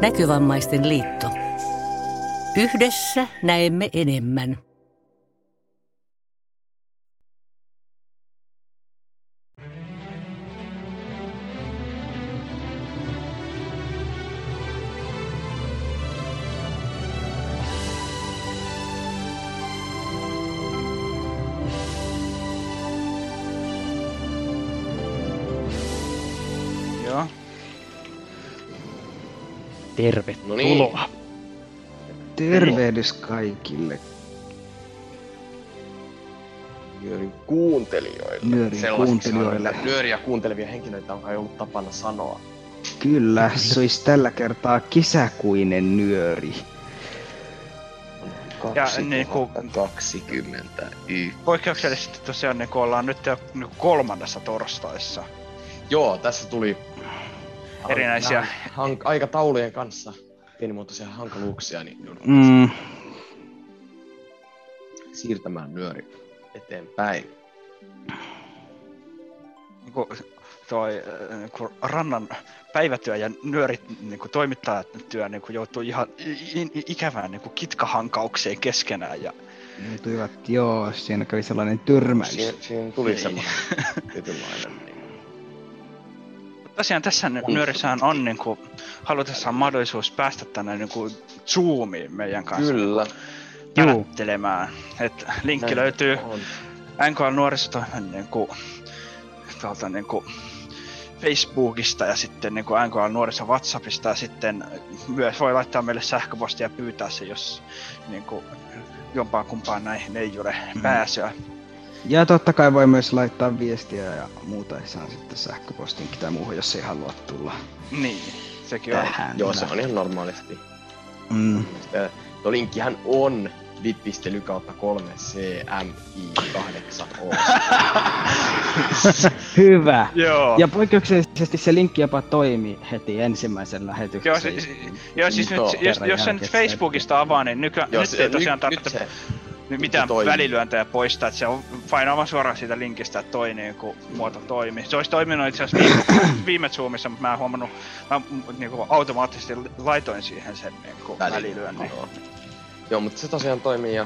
Näkövammaisten liitto. Yhdessä näemme enemmän. Joo. Tervetuloa. No niin. Tervehdys kaikille. Nyörin kuuntelijoille. Nyörin kuuntelijoille. Nyöriä kuuntelevia henkilöitä on kai ollut tapana sanoa. Kyllä, se olisi tällä kertaa kesäkuinen nyöri. Ja niinku 2020. poikkeuksellisesti tosiaan niinku ollaan nyt jo niinku 3. torstaissa. Joo, tässä tuli Erinäisiä aikataulujen kanssa pienimuotoisia hankaluuksia, niin siirtämään nyöri eteenpäin. niinku toi niinku rannan päivätyö ja nyörit niinku toimittajatyö niinku joutuu ihan ikävään niinku kitkahankaukseen keskenään ja Joutuivat, joo, siinä kävi sellainen törmäys. Siinä tuli semmoinen tietynlainen. Niin. Tosiaan tässä nyörissähän on niinku halutessaan mahdollisuus päästä tänne niinku Zoomiin meidän kanssa Kyllä. välättelemään. Et linkki Näin löytyy on. NKL nuorisotoimen niinku tuolta niinku Facebookista ja sitten niinku NKL nuoriso WhatsAppista ja sitten myös voi laittaa meille sähköpostia ja pyytää se, jos niinku jompaan kumpaan näihin ei ole pääsyä. Ja totta kai voi myös laittaa viestiä ja muuta, ei saa sitten sähköpostinkin tai muuhun, jos ei halua tulla Niin, sekin on. tähän. Joo, se on ihan normaalisti. Tuo linkkihän on bit.ly/3cmi8o. Hyvä. Joo. Ja poikkeuksellisesti se linkki jopa toimi heti ensimmäisen lähetyksen. Joo, siis nyt, jos sen nyt Facebookista avaa, niin nyt ei tosiaan tarvitse mitään välilyöntejä poistaa, että se on painaa vaan suoraan siitä linkistä, että toi niinku muoto toimii. Se olisi toiminut itse asiassa viime Zoomissa, mutta mä en huomannut, mä niinku automaattisesti laitoin siihen sen niinku välilyönnin. Joo, mutta se tosiaan toimii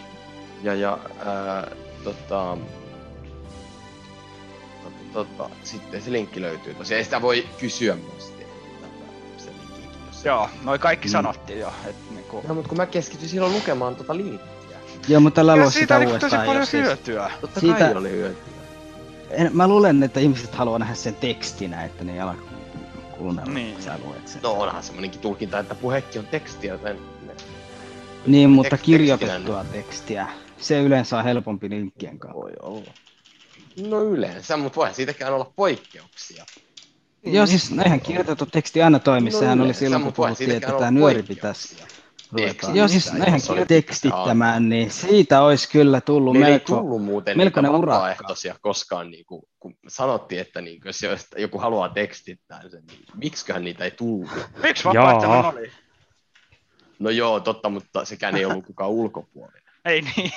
sitten se linkki löytyy tosiaan. Ja sitä voi kysyä myös se linkkikin, jos Joo, noi kaikki sanottiin jo, että niinku. No, mutta kun mä keskityin silloin lukemaan tota linkkiä. Joo, mutta älä lue siitä sitä oli uudestaan. tosi paljon jos siis- hyötyä. Totta Siitä- kai oli hyötyä. Mä luulen, että ihmiset haluaa nähdä sen tekstinä, että ne ei ala kuunnella, Niin. että sä luet sen. No onhan semmonenkin tulkinta, että puhekin on tekstiä, joten Niin, mutta tekstinä kirjoitettua tekstiä. Se yleensä on helpompi linkkien kautta. voi olla. No yleensä, mutta voihan siitäkään olla poikkeuksia. Joo, siis näinhän kirjoitettu teksti aina toimi. Sehän oli yleensä, silloin, kun mut voihan puhuttiin, että siitäkään tämä olla nyöri poikkeuksia. pitäisi. Tekstissä, Joo, siis jos näinhän oli tekstittämään, niin siitä olisi kyllä tullut Meillä ei melko... tullut muuten melkoinen niitä urakka. vapaaehtoisia koskaan, niin kun sanottiin, että niin, jos joku haluaa tekstittää sen, niin miksiköhän niitä ei tullut? Miksi vapaaehtoinen oli? No joo, totta, mutta sekään ei ollut kukaan ulkopuolinen. Ei niin.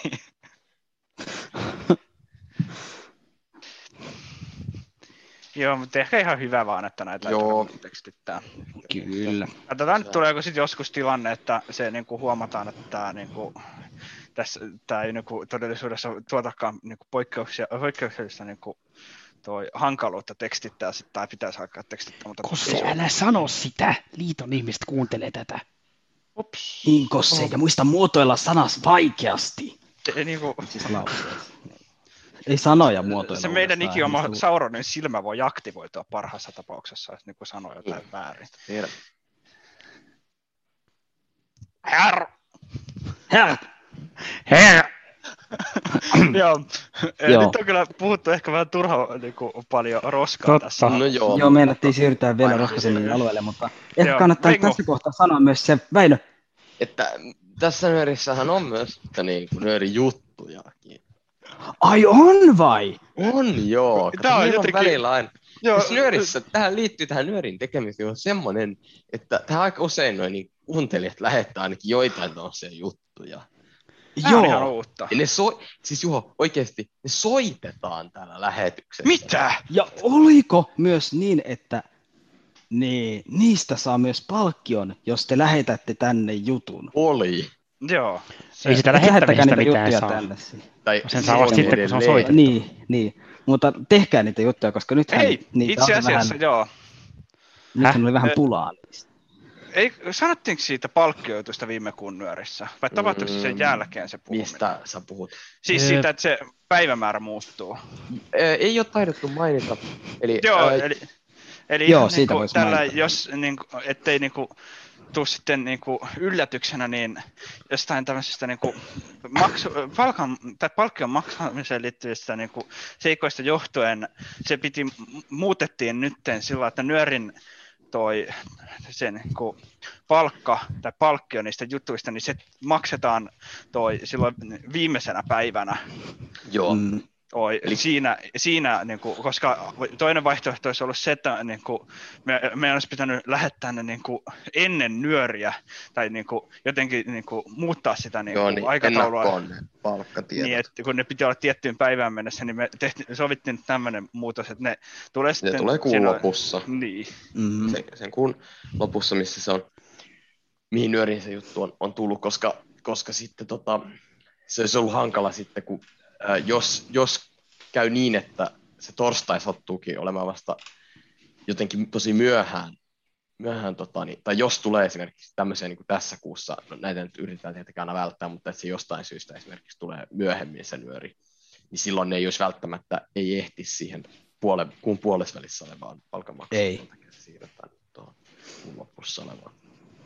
Joo, mutta ehkä ihan hyvä vaan, että näitä Joo. tekstittää. Kyllä. Katsotaan nyt tuleeko sitten joskus tilanne, että se niinku huomataan, että tämä niinku, tää ei niinku todellisuudessa tuotakaan niinku poikkeuksellista niinku toi hankaluutta tekstittää sit, tai pitäisi alkaa tekstittää. Mutta Kosse, älä sano sitä. Liiton ihmiset kuuntelee tätä. Ups. Niin, Kosse, ja muista muotoilla sanas vaikeasti. Niinku, Siis lauseessa. Ei sanoja muotoilla. se meidän uudestaan, ikioma ei Sauronin silmä voi aktivoitua parhaassa tapauksessa, jos niinku sanoo jotain väärin. Tiedä. Herr! Hää! Hää! Joo, Joo. nyt on kyllä puhuttu ehkä vähän turha niinku, paljon roskaa Totta. tässä. No joo. Joo, meinattiin siirtää vielä Aina rohkaisemmin se- alueelle, mutta ehkä Joo, kannattaa Vengo. tässä kohtaa sanoa myös se, Väinö, Että tässä nyörissähän on myös niin kuin nyörijuttujakin. ai on vai? On joo. Tää on Meillä jotenkin- välillä aina. Joo, Jos nyörissä, tähän liittyy tähän nyörin tekemiseen on semmoinen, että tähän aika usein noin niin kuuntelijat lähettää ainakin joitain tällaisia juttuja. tää on ihan uutta. Ja ne siis Juho, oikeesti, ne soitetaan täällä lähetyksessä. Mitä? Ja oliko myös niin, että Niin, niistä saa myös palkkion, jos te lähetätte tänne jutun. Oli. Joo. Ei sitä lähettämisestä mitään saa. Tänne. Tai sen saa vasta sitten, kun se on soitettu. Niin. Mutta tehkää niitä juttuja, koska nythän niitä itse asiassa vähän, joo. Nythän oli vähän pulaa. Ei, sanottiinko siitä palkkioitusta viime kuun nyörissä? Vai tapahtuiko sen jälkeen se puhuminen? Mistä sä puhut? Siis siitä, että se päivämäärä muuttuu. Ei ole taidettu mainita. Joo, eli joo, ihan siitä niinku tällä, jos niinku, ettei niinku tuu sitten niinku yllätyksenä, niin jostain tämmöisestä niinku palkkion maksamiseen liittyvistä niinku seikoista johtuen se muutettiin nytten sillä, että nyörin se niinku palkka tai palkkio niistä jutuista, niin se maksetaan silloin viimeisenä päivänä. Joo. Eli siinä niinku, koska toinen vaihtoehto olisi ollut se, että niinku, me olisi pitänyt lähettää ne niinku, ennen nyöriä tai niinku, jotenkin niinku, muuttaa sitä niinku, aikataulua. Palkkatiedot. Niin, että kun ne piti olla tiettyyn päivään mennessä, niin me sovittiin tämmöinen muutos, että ne tulee sitten... Ne tulee kuun lopussa. Niin. Mm-hmm. Sen kuun lopussa, missä se on, mihin nyöriin se juttu on tullut, koska sitten se olisi ollut hankala sitten, kun jos käy niin, että se torstai sattuukin olemaan vasta jotenkin tosi myöhään tai jos tulee esimerkiksi tämmöisiä niin kuin tässä kuussa, no näitä nyt yritetään tietenkin aina välttää, mutta että se jostain syystä esimerkiksi tulee myöhemmin se nyöri, niin silloin ne ei olisi välttämättä, ei ehti siihen kuun puolesvälissä olevaan palkanmaksuun. Ei. Se siirretään tuohon kuun lopussa olevaan.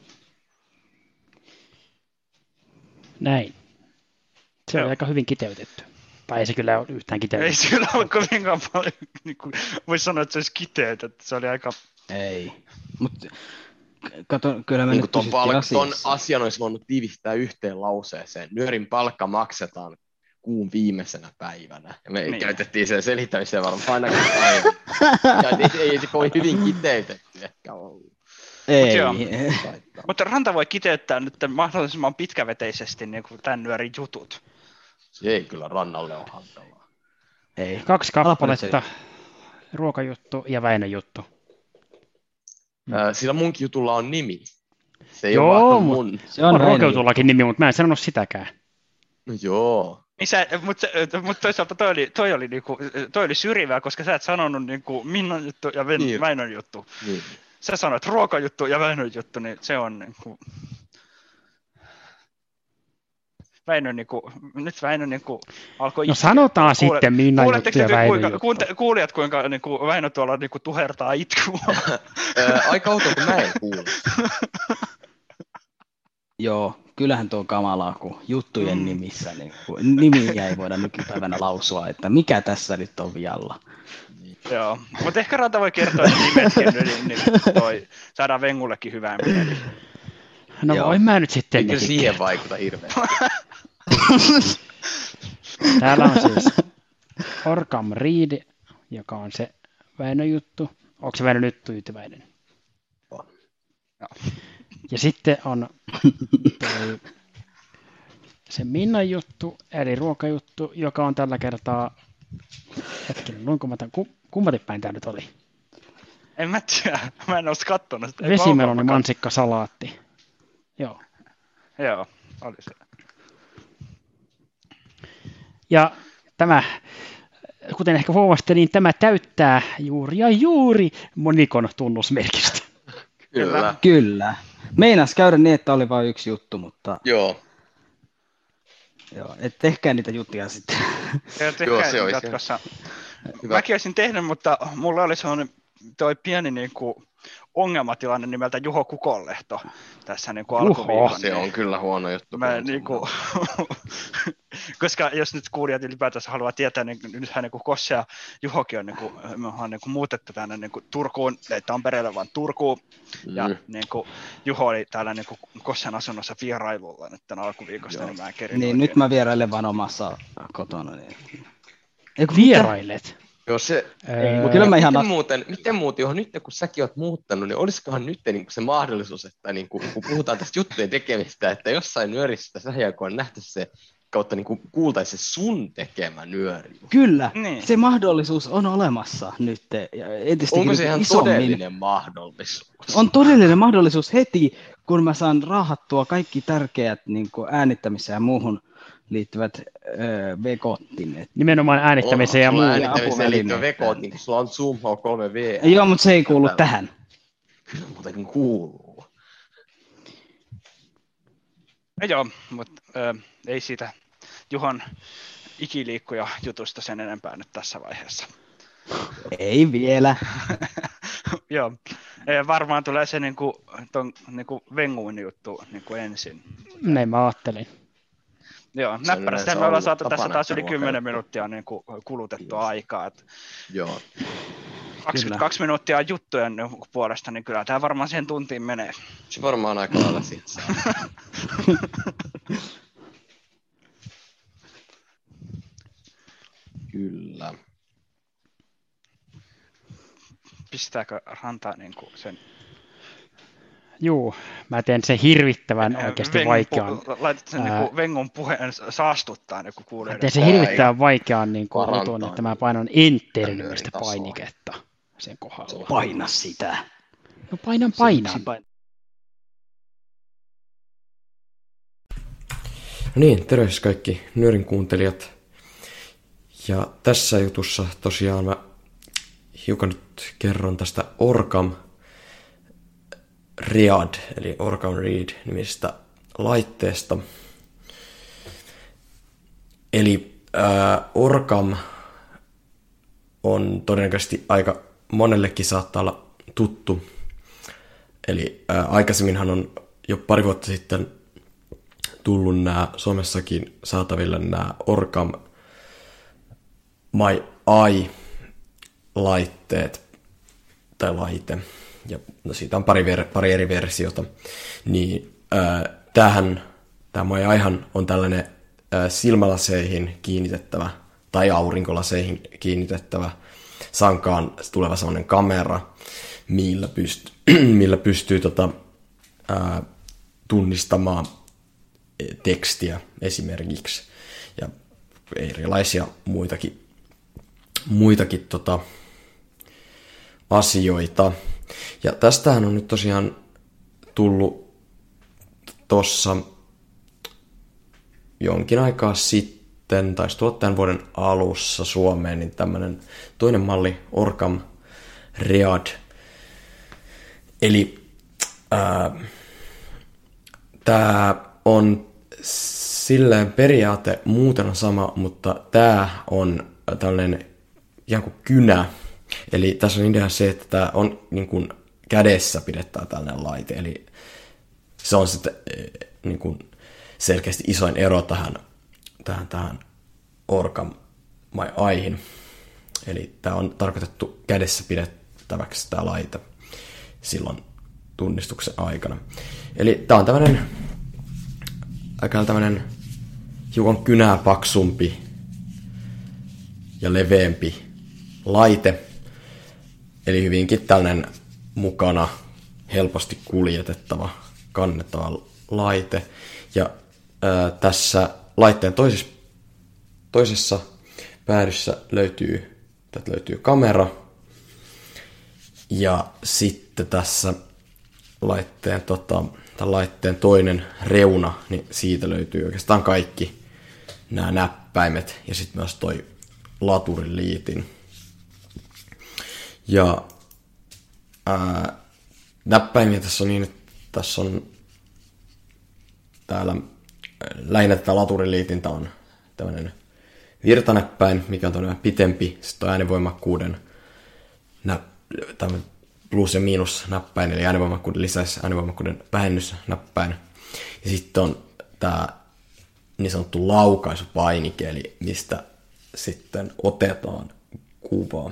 Näin. Se on aika hyvin kiteytetty. Tai ei se kyllä ole yhtään kiteytetty. Ei se kyllä ole kovinkaan paljon, niin kuin voisi sanoa, että se olisi kiteytetty. Se oli aika... Ei. Mutta kato, kyllä me niin nyt ton asian olisi voinut tiivistää yhteen lauseeseen. Nyörin palkka maksetaan kuun viimeisenä päivänä. Ja me käytettiin sen selittämiseen varmaan ainakin päivänä. Ei se kovin hyvin kiteytetty ehkä ollut. Ei. Mutta Ranta voi kiteyttää nyt mahdollisimman pitkäveteisesti niin kuin tämän nyörin jutut. Se ei kyllä Rannalle ole hankalaa. Ei. 2 kappaletta, ruokajuttu ja Väinö-juttu. Sillä munkin jutulla on nimi. Se ei joo, ole vaan mun. Se on ruokajutullakin nimi, mutta mä en sanonut sitäkään. No joo. Mutta toisaalta toi oli syrjivää, koska sä et sanonut niinku Minnan juttu ja Väinön juttu. Niin. Sä sanoit ruokajuttu ja Väinön juttu, niin se on niinku... Väinö niinku alkoi... No sanotaan sitten Minnan juttu ja Väinön juttu. Kuulijat, kuinka niinku Väinö tuolla niinku tuhertaa itkua? Aika outoa, kun mä en kuule. Joo, kyllähän tuo kamalaa, kun juttujen nimissä niin nimiä ei voida nykypäivänä lausua, että mikä tässä nyt on vialla. Joo, mutta ehkä Ranta voi kertoa, että nimetkin, niin saadaan Vengullekin hyvää mieli. No voin mä nyt sitten. Eikö siihen vaikuta hirveästi? Täällä on siis Orkam Reed, joka on se Väinön juttu. Onko se Väinön nyt tyytyväinen? On. No. Ja sitten on se Minnan juttu, eli ruokajuttu, joka on tällä kertaa, hetkinen, kummatin päin tämä nyt oli? En mä tiedä, mä en olisi kattonut sitä. Vesimeloni mansikka salaatti. Joo. Joo, oli se. Ja tämä, kuten ehkä huomasitte, niin tämä täyttää juuri Monikon tunnusmerkistä. Kyllä. Meinas käydä niin, että oli vain yksi juttu, mutta... Joo, et tehkää niitä juttuja sitten. Joo, se olisi jatkossa. Mäkin olisin tehnyt, mutta mulla oli sellainen toi pieni niinku ongelmatilanne nimeltä Juho Kukonlehto tässä niinku alkuviikon. Se on kyllä huono juttu. Niinku, koska jos nyt kuulijat ylipäätänsä haluaa tietää, niin nythän niinku Kosse ja Juhokin on niinku, me ollaan niinku muutettu tänne niinku Turkuun, ei Tampereelle vaan Turkuun. Ja niinku Juho oli täällä niinku Kossen asunnossa vierailulla nyt tämän alkuviikosta, niin mä en kerin niin, nyt mä vierailen vaan omassa kotona. Niin... Vierailet? Joo, se... Kyllä mä ihan... Miten muuten, johon nyt kun säkin oot muuttanut, niin olisikohan nyt niin se mahdollisuus, että niin kun puhutaan tästä juttujen tekemistä, että jossain nyörissä tässä lähiaikoina on nähty se kautta niin kuultaisiin se sun tekemä nyöri. Kyllä, se mahdollisuus on olemassa nyt. Onko se ihan todellinen mahdollisuus? On todellinen mahdollisuus heti, kun mä saan raahattua kaikki tärkeät niin kuin äänittämiseen ja muuhun liittyvät vekottimet. Nimenomaan äänittämiseen ja muuhun. Äänittämiseen liittyvät vekot, niin kun sulla on Zoom H3V. Joo, mutta se ei kuulu tähän. Kyllä muutenkin kuuluu. Joo, mutta ei siitä Juhon ikiliikkuja jutusta sen enempää nyt tässä vaiheessa. Ei vielä. Joo, varmaan tulee se niinku Venguun juttu niinku ensin. Näin mä ajattelin. Joo, näppärästi me ollaan saatu tässä taas yli 10 minuuttia niinku kulutettua aikaa. Et joo. 22 minuuttia juttujen puolesta, niin kyllä tämä varmaan siihen tuntiin menee. Se varmaan aika lailla siitä saa. Kyllä. Pistääkö Ranta niinku sen? Juu, mä teen sen hirvittävän oikeasti vaikean. Laitat sen niinku Vengun puheen saastuttaa niin kuulee. Mä teen sen hirvittävän vaikean niinku jutun, että mä painan Enter-nimistä painiketta sen kohdalla. Paina sitä. No painan. No niin, tervehdys kaikki Nyörin kuuntelijat. Ja tässä jutussa tosiaan mä hiukan nyt kerron tästä Orcam Read, eli Orcam Read -nimisestä laitteesta. Eli Orcam on todennäköisesti aika monellekin saattaa olla tuttu. Eli aikaisemminhan on jo pari vuotta sitten tullut nämä Suomessakin saataville nämä Orcam My Eye-laitteet tai laite. Ja siitä on pari eri versiota. Niin tämä My Eyehan on tällainen silmälaseihin kiinnitettävä tai aurinkolaseihin kiinnitettävä sankaan tuleva sellainen kamera, millä pystyy tunnistamaan tekstiä esimerkiksi ja erilaisia muitakin asioita. Ja tästähän on nyt tosiaan tullut tuossa jonkin aikaa sitten, taisi tulla tämän vuoden alussa Suomeen, niin tämmöinen toinen malli Orcam Read. Eli tämä on silleen periaate muuten sama, mutta tämä on tällainen ikään kuin kynä. Eli tässä on idea se, että tämä on niin kuin kädessä pidettävä tällainen laite. Eli se on sitten niin kuin selkeästi isoin ero tähän Orcam My Eyehen. Eli tämä on tarkoitettu kädessä pidettäväksi tämä laite silloin tunnistuksen aikana. Eli tämä on tämmöinen hiukan kynää paksumpi ja leveämpi laite. Eli hyvinkin tällainen mukana helposti kuljetettava, kannettava laite. Ja tässä laitteen toisessa päädyssä löytyy kamera. Ja sitten tässä laitteen toinen reuna, niin siitä löytyy oikeastaan kaikki nämä näppäimet ja sitten myös toi laturiliitin. Ja näppäimiä tässä on niin, että tässä on täällä lähinnä tätä laturiliitintä on tämmöinen virtanäppäin, mikä on tämmöinen pitempi, sitten on äänenvoimakkuuden plus- ja miinusnäppäin, eli äänenvoimakkuuden lisäys, äänenvoimakkuuden vähennysnäppäin. Ja sitten on tämä niin sanottu laukaisupainike, eli mistä sitten otetaan kuvaa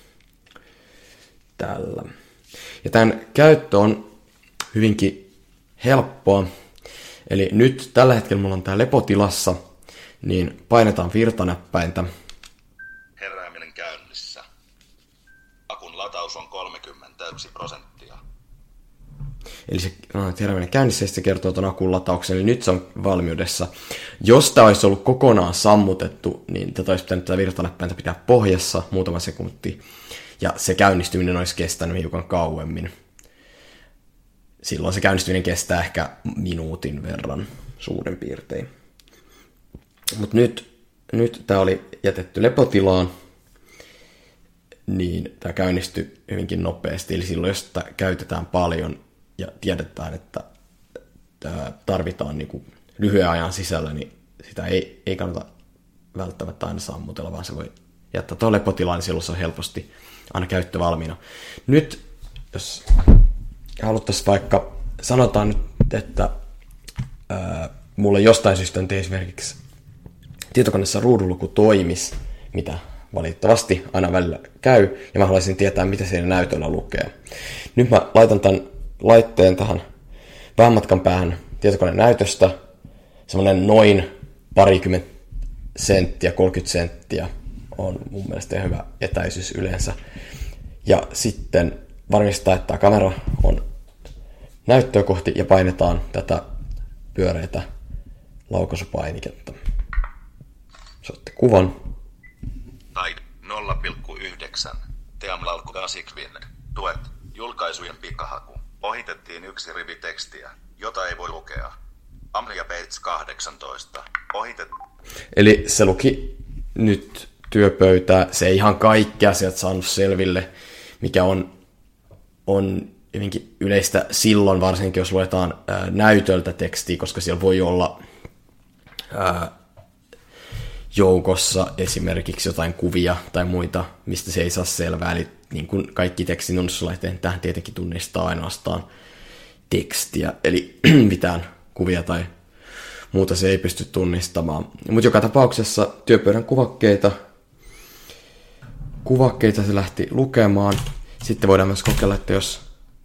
tällä. Ja tämän käyttö on hyvinkin helppoa. Eli nyt tällä hetkellä mulla on tää lepotilassa, niin painetaan virtanäppäintä. Herääminen käynnissä. Akun lataus on 31%. Eli se teräväinen käynnissä, se kertoo tuon akun latauksen, eli nyt se on valmiudessa. Jos tämä olisi ollut kokonaan sammutettu, niin tätä olisi pitänyt tätä virtaläppäintä pitää pohjassa muutama sekunti, ja se käynnistyminen olisi kestänyt hiukan kauemmin. Silloin se käynnistyminen kestää ehkä minuutin verran suurin piirtein. Mutta nyt tämä oli jätetty lepotilaan, niin tämä käynnistyi hyvinkin nopeasti. Eli silloin, jos sitä käytetään paljon ja tiedetään, että tarvitaan niin kuin lyhyen ajan sisällä, niin sitä ei kannata välttämättä aina sammutella, vaan se voi jättää tuohon lepotilaan, niin silloin se on helposti aina käyttövalmiina. Nyt, jos haluttaisiin vaikka, sanotaan nyt, että mulla jostain syystä nyt esimerkiksi tietokoneessa ruudunluku toimisi, mitä valitettavasti aina välillä käy, ja mä haluaisin tietää, mitä siinä näytöllä lukee. Nyt mä laitan tämän laitteen tähän vähän matkan päähän tietokoneen näytöstä, semmoinen noin 20 senttiä, 30 senttiä on mun mielestä hyvä etäisyys yleensä. Ja sitten varmistaa, että tämä kamera on näyttöä kohti ja painetaan tätä pyöreitä laukaisupainiketta. Saatte kuvan. Tai 0,9. Teamlaukku Gasikvin. Tuet. Julkaisujen pikahaku. Ohitettiin yksi rivi tekstiä, jota ei voi lukea. Amria Bates 18. Eli se luki nyt työpöytää. Se ei ihan kaikki asiat saanut selville, mikä on hyvinkin yleistä silloin, varsinkin jos luetaan näytöltä tekstiä, koska siellä voi olla joukossa esimerkiksi jotain kuvia tai muita, mistä se ei saa selvää. Eli niin kuin kaikki tekstin tunnistuslaitteet, tähän tietenkin tunnistaa ainoastaan tekstiä, eli mitään kuvia tai muuta se ei pysty tunnistamaan. Mutta joka tapauksessa työpöydän kuvakkeita se lähti lukemaan. Sitten voidaan myös kokeilla, että jos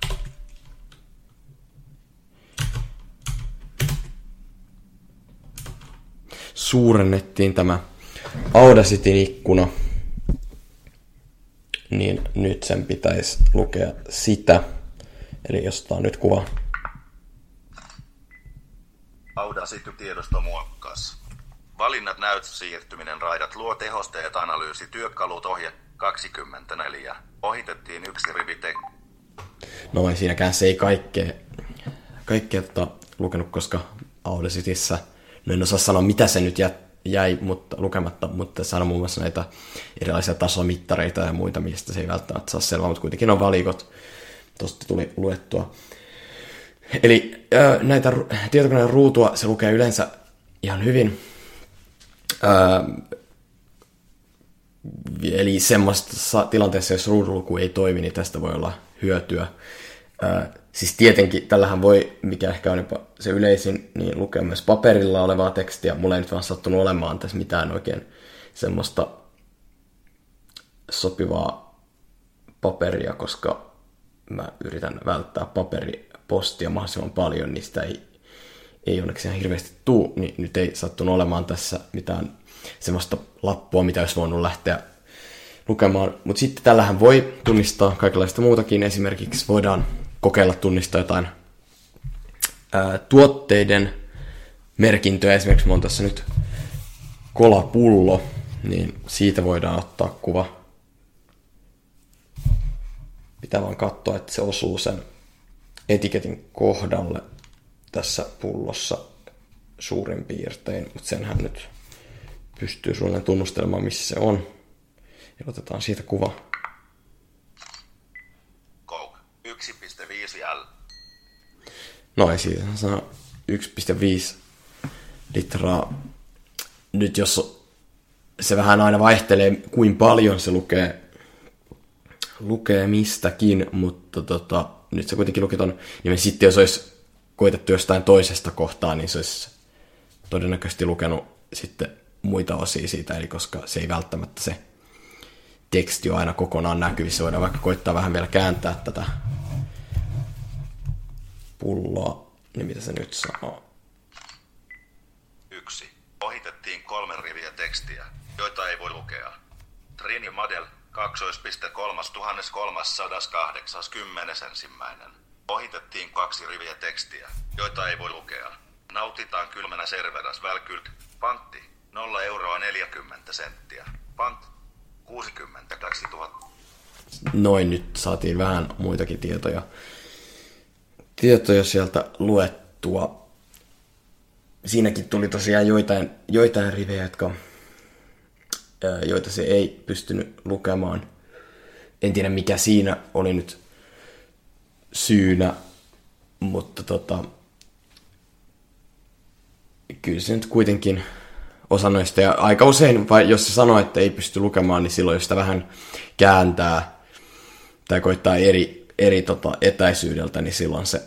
suurennettiin tämä Audacityn ikkuna, niin nyt sen pitäisi lukea sitä. Eli jos tämä on nyt kuva. Audacity-tiedosto muokkaus. Valinnat siirtyminen raidat luo tehosteet analyysi työkalut ohje 24. Ohitettiin yksi rivi No ei siinäkään se ei kaikkea lukenut, koska Audacityssä, no en osaa sanoa mitä se nyt jäi lukematta, mutta se on muun muassa näitä erilaisia tasomittareita ja muita, mistä se ei välttämättä saa selvää, mutta kuitenkin on valikot. Tuosta tuli luettua. Eli näitä tietokoneen ruutua se lukee yleensä ihan hyvin. Eli semmoista tilanteessa, jos ruudunluku ei toimi, niin tästä voi olla hyötyä. Siis tietenkin tällähän voi, mikä ehkä on jopa se yleisin, niin lukea myös paperilla olevaa tekstiä. Mulla ei nyt vaan sattunut olemaan tässä mitään oikein semmoista sopivaa paperia, koska mä yritän välttää paperipostia mahdollisimman paljon, niin sitä ei onneksi ihan hirveästi tuu, niin nyt ei sattunut olemaan tässä mitään semmoista lappua, mitä olisi voinut lähteä lukemaan. Mutta sitten tällähän voi tunnistaa kaikenlaista muutakin. Esimerkiksi voidaan kokeilla tunnistaa jotain tuotteiden merkintöjä. Esimerkiksi mulla on tässä nyt kolapullo, niin siitä voidaan ottaa kuva. Pitää vaan katsoa, että se osuu sen etiketin kohdalle tässä pullossa suurin piirtein, mutta senhän nyt pystyy suunnilleen tunnustelemaan, missä se on. Ja otetaan siitä kuva. Coke 1,5 L. No ei siitä sana 1,5 litraa. Nyt jos se vähän aina vaihtelee, kuin paljon se lukee mistäkin, mutta nyt se kuitenkin luki ton nimen. Sitten jos olisi koitettu jostain toisesta kohtaa, niin se olisi todennäköisesti lukenut sitten muita osia siitä, eli koska se ei välttämättä se teksti ole aina kokonaan näkyvissä. Voidaan vaikka koittaa vähän vielä kääntää tätä pulloa, niin mitä se nyt sanoo. 1. Ohitettiin 3 riviä tekstiä, joita ei voi lukea. Trini Model 2.3.381. Ohitettiin 2 riviä tekstiä, joita ei voi lukea. Nautitaan kylmänä serveras välkylt. Pantti 0 euroa 40 senttiä. Pant 62 000. Noin, nyt saatiin vähän muitakin tietoja sieltä luettua. Siinäkin tuli tosiaan joitain rivejä, joita se ei pystynyt lukemaan. En tiedä mikä siinä oli nyt syynä, mutta kyllä se nyt kuitenkin osa noista, ja aika usein, jos se sanoo, että ei pysty lukemaan, niin silloin jos sitä vähän kääntää tai koittaa eri etäisyydeltä, niin silloin se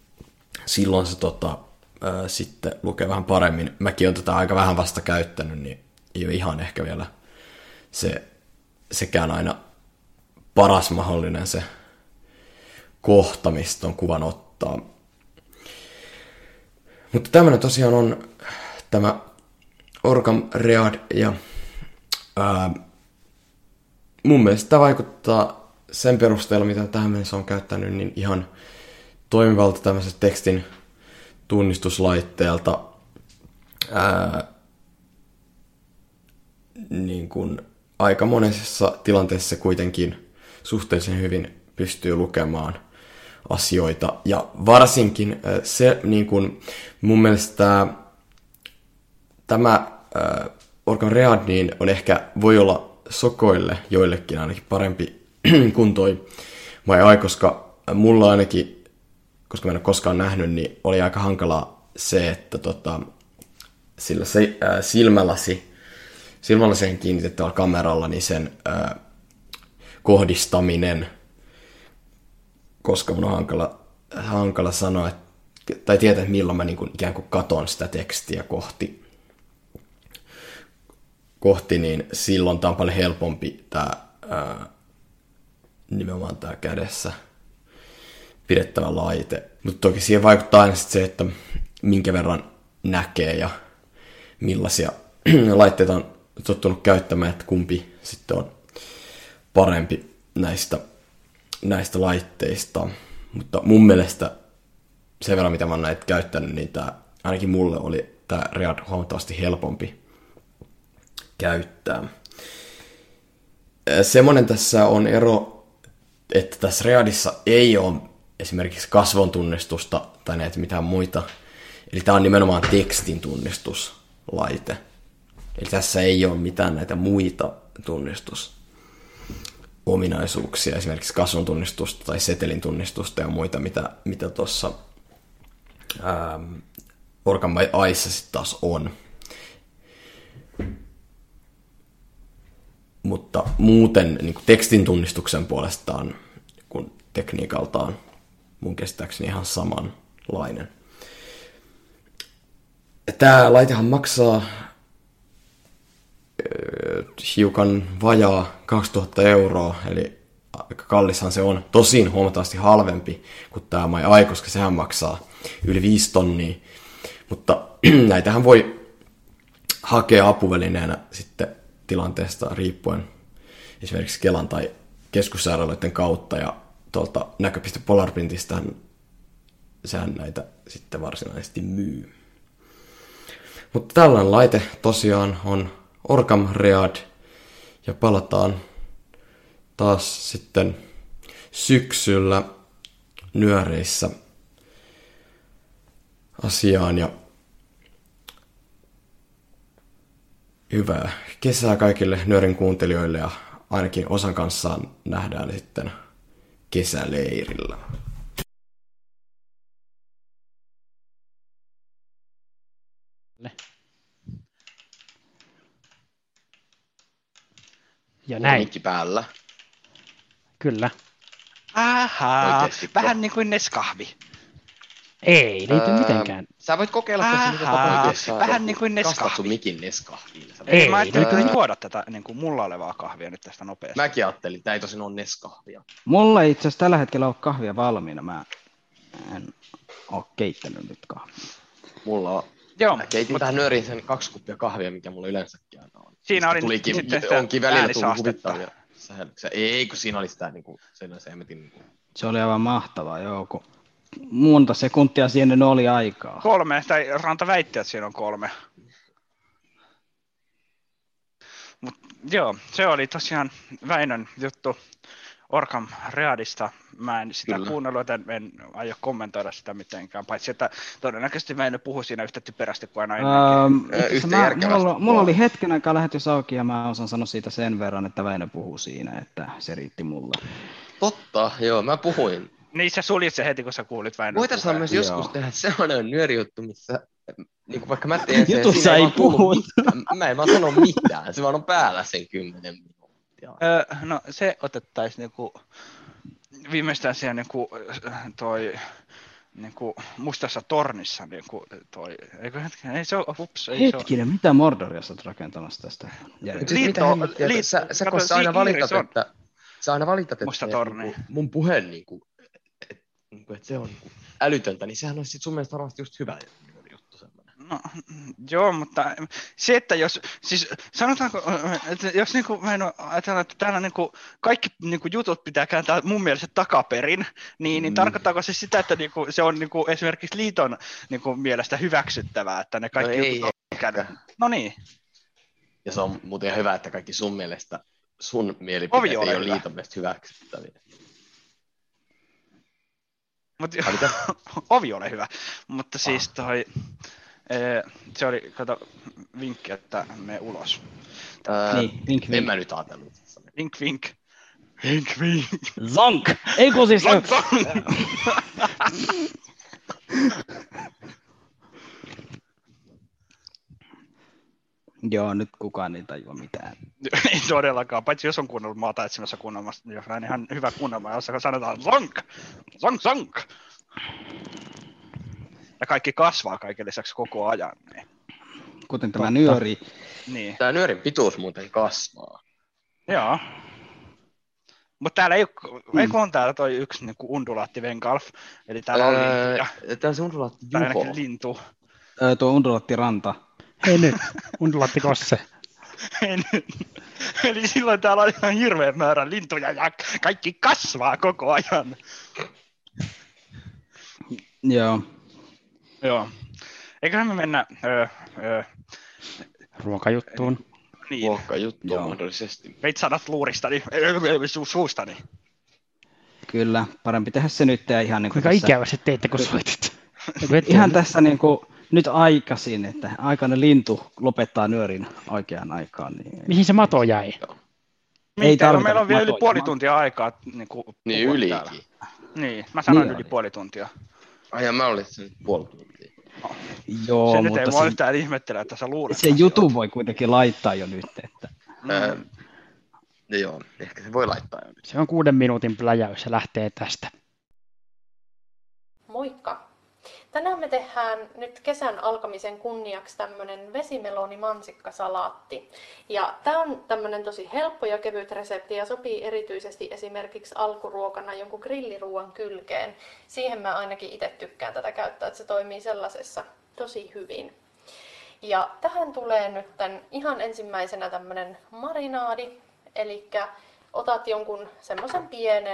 sitten lukee vähän paremmin. Mäkin olen tätä aika vähän vasta käyttänyt, niin ei ole ihan ehkä vielä sekään aina paras mahdollinen se kohta, mistä on kuvan ottaa. Mutta tämmöinen tosiaan on tämä Orcam Read, ja mun mielestä tämä vaikuttaa sen perusteella, mitä tähän mennessä on käyttänyt, niin ihan toimivalta tämmöisestä tekstin tunnistuslaitteelta. Niin kuin aika monessa tilanteessa kuitenkin suhteellisen hyvin pystyy lukemaan asioita, ja varsinkin se niin kuin mun mielestä tämä Orcam Read niin on ehkä, voi olla sokoille joillekin ainakin parempi kuin toi MyEye, koska mulla ainakin, koska mä en ole koskaan nähnyt, niin oli aika hankalaa se, että sillä silmällaseen kiinnitettävällä kameralla niin sen kohdistaminen, koska mun on hankala sanoa, tai tietää, että milloin mä niin kuin ikään kuin katon sitä tekstiä kohti, niin silloin tää on paljon helpompi nimenomaan tää kädessä pidettävä laite. Mutta toki siihen vaikuttaa aina se, että minkä verran näkee ja millaisia laitteita on tottunut käyttämään, että kumpi sitten on parempi näistä laitteista. Mutta mun mielestä sen verran, mitä mä oon näitä käyttänyt, niin ainakin mulle oli tämä Read huomattavasti helpompi käyttää. Semmoinen tässä on ero, että tässä Readissa ei ole esimerkiksi kasvon tunnistusta tai näitä mitään muita. Eli tämä on nimenomaan tekstin tunnistuslaite. Eli tässä ei ole mitään näitä muita tunnistusominaisuuksia, esimerkiksi kasvon tunnistusta tai setelin tunnistusta ja muita, mitä tuossa Orcam MyEyessa sitten taas on. Mutta muuten niin kuin tekstin tunnistuksen puolestaan, kun tekniikaltaan mun käsittääkseni ihan samanlainen. Tämä laitehan maksaa hiukan vajaa 2000 €, eli aika kallishan se on. Tosin huomattavasti halvempi kuin tämä MyEye, koska sehän maksaa yli 5 tonnia. Mutta näitähän voi hakea apuvälineenä sitten tilanteesta riippuen esimerkiksi Kelan tai keskussairaaloiden kautta, ja tuolta näköpiste Polarprintistä sehän näitä sitten varsinaisesti myy. Mutta tällainen laite tosiaan on Orcam Read, ja palataan taas sitten syksyllä nyöreissä asiaan, ja hyvää kesää kaikille nyörin kuuntelijoille, ja ainakin osan kanssaan nähdään sitten kesäleirillä. Ja näin. Mikki päällä. Kyllä. Ahaa, vähän niin kuin Neskahvi. Ei liity mitenkään. Sä voit kokeilla tässä mitä tapahtuu. Vähän niin kuin Neskahvi. Kastat sun mikin Neskahviin. Ei, mä ajattelin juoda tätä niin kuin mulla olevaa kahvia nyt tästä nopeasti. Mäkin ajattelin, että tää ei tosin ole Neskahvia. Mulla ei itse asiassa tällä hetkellä ole kahvia valmiina. Mä en ole keittänyt nyt kahvia. Mulla on. Joo, mä keitin tähän nyöriin sen 2 kuppia kahvia, mikä mulla yleensäkin on. Siinä oli tulikin, sitten onkin välillä tullut huvittavia sähellyksiä. Ei, kun siinä oli sitä niinku, se oli aivan mahtavaa, joo, kun monta sekuntia siinä oli aikaa. 3, tai Ranta väitti, että siinä on 3. Mut joo, se oli tosiaan Väinön juttu Orkham Readista. Mä en sitä kuunnellut, joten en aio kommentoida sitä mitenkään, paitsi että todennäköisesti Väinö puhui siinä yhtä typerästi kuin aina ennenkin. Mulla oli hetken aikaa lähetys auki ja mä osaan sanoa siitä sen verran, että Väinö puhuu siinä, että se riitti mulle. Totta, joo, mä puhuin. Niin sä suljit se heti, kun sä kuulit Väinön. Voitaisiin myös joskus tehdä sellainen nyörijuttu, missä niin vaikka mä teen sen, jutussa ei puhu. Mä en vaan sano mitään, se vaan on päällä sen 10 minuuttia. No se otettaisiin niinku viimeistään siellä niinku toi niinku Mustassa tornissa niinku toi, eikö hetken, ei se ole, hetkinen, mitä Mordoria sä oot rakentamassa tästä? Sä aina valitat, että sä aina valitat, että mun puhe niinku, että se on niinku älytöntä, niin sehän olisi sit sun mielestä varmasti just hyvä juttu semmoinen. No, joo, mutta se, että jos, siis sanotaanko, että jos niinku, mä en ajatella, että täällä niinku kaikki niinku jutut pitää kääntää mun mielestä takaperin, niin tarkoittaako se sitä, että niinku, se on niinku esimerkiksi liiton niinku mielestä hyväksyttävää, että ne kaikki jutut on käännetty? No niin. Ja se on muuten hyvä, että kaikki sun mielestä, sun mielipiteet ei ole liiton mielestä hyväksyttäviä. Ovi ole hyvä, mutta siis toi, se oli, kato, vinkki, että mene ulos. Vink. En mä nyt ajatellut. Vink. Zonk! Ei kun siis... Zonk. Joo, nyt kukaan ei tajua mitään. Ei todellakaan, paitsi jos on kuunnellut maata etsimässä kuunnelmassa, jos on ihan hyvä kuunnelma, jossa sanotaan zonk. Ja kaikki kasvaa kaiken lisäksi koko ajan. Niin. Kuten tämä nyöri. Niin. Tämä nyörin pituus muuten kasvaa. Joo. Mutta täällä ei on täällä toi yksi niin undulaatti Vengalf, eli täällä on lintuja. Tää on se undulaatti Juho. Ainakin lintu. Tuo undulaatti Ranta. Ei nyt, undulaatti Kosse. Eli silloin täällä on ihan hirveä määrä lintuja ja kaikki kasvaa koko ajan. Joo. Eiköhän me mennä ruokajuttuun. Niin. Ruokajuttuun mahdollisesti. Veit sanat luuristani, suustani. Kyllä, parempi tehdä se nyt ja ihan niin kuin kuinka ikävästi teitte, kun soitit? Ihan tässä niin kuin nyt aikaisin, että aikainen lintu lopettaa nyörin oikeaan aikaan. Niin... Mihin se mato jäi? Ei tarvita meillä on vielä yli puoli tuntia aikaa. Niin ylikin. Niin, mä sanoin yli puoli tuntia. Ai ja mä olin sen puoli tuntia. Joo, se mutta nyt ei voi yhtään ihmettellä, että sä luulet. Se jutu voi kuitenkin laittaa jo nyt. Että... Joo, ehkä se voi laittaa jo nyt. Se on 6 minuutin pläjäys ja lähtee tästä. Moikka! Tänään me tehdään nyt kesän alkamisen kunniaksi tämmönen vesimelonimansikkasalaatti. Ja tää on tämmönen tosi helppo ja kevyt resepti ja sopii erityisesti esimerkiksi alkuruokana jonkun grilliruuan kylkeen. Siihen mä ainakin itse tykkään tätä käyttää, että se toimii sellaisessa tosi hyvin. Ja tähän tulee nyt ihan ensimmäisenä tämmönen marinaadi, eli otat jonkun semmoisen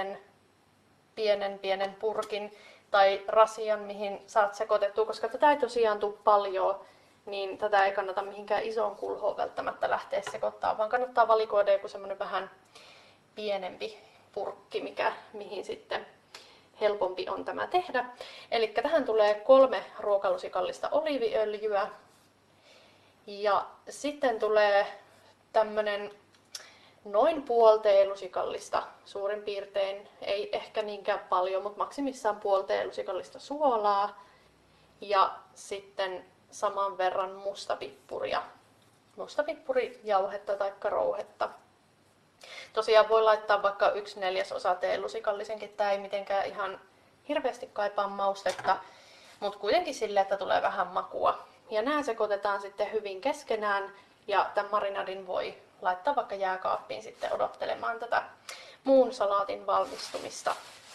pienen purkin tai rasian, mihin saat sekoitettua, koska tätä ei tosiaan tule paljon, niin tätä ei kannata mihinkään isoon kulhoon välttämättä lähteä sekoittamaan, vaan kannattaa valikoida joku semmoinen vähän pienempi purkki, mihin sitten helpompi on tämä tehdä. Eli tähän tulee 3 ruokalusikallista oliiviöljyä ja sitten tulee tämmönen noin puoli teelusikallista suurin piirtein, ei ehkä niinkään paljon, mutta maksimissaan puoli teelusikallista suolaa ja sitten saman verran mustapippuri-jauhetta tai rouhetta. Tosiaan voi laittaa vaikka 1/4 teelusikallisenkin, tämä ei mitenkään ihan hirveästi kaipaa maustetta, mutta kuitenkin sille, että tulee vähän makua. Ja nämä sekoitetaan sitten hyvin keskenään ja tämän marinadin voi laittaa vaikka jääkaappiin sitten odottelemaan tätä muun salaatin valmistumista.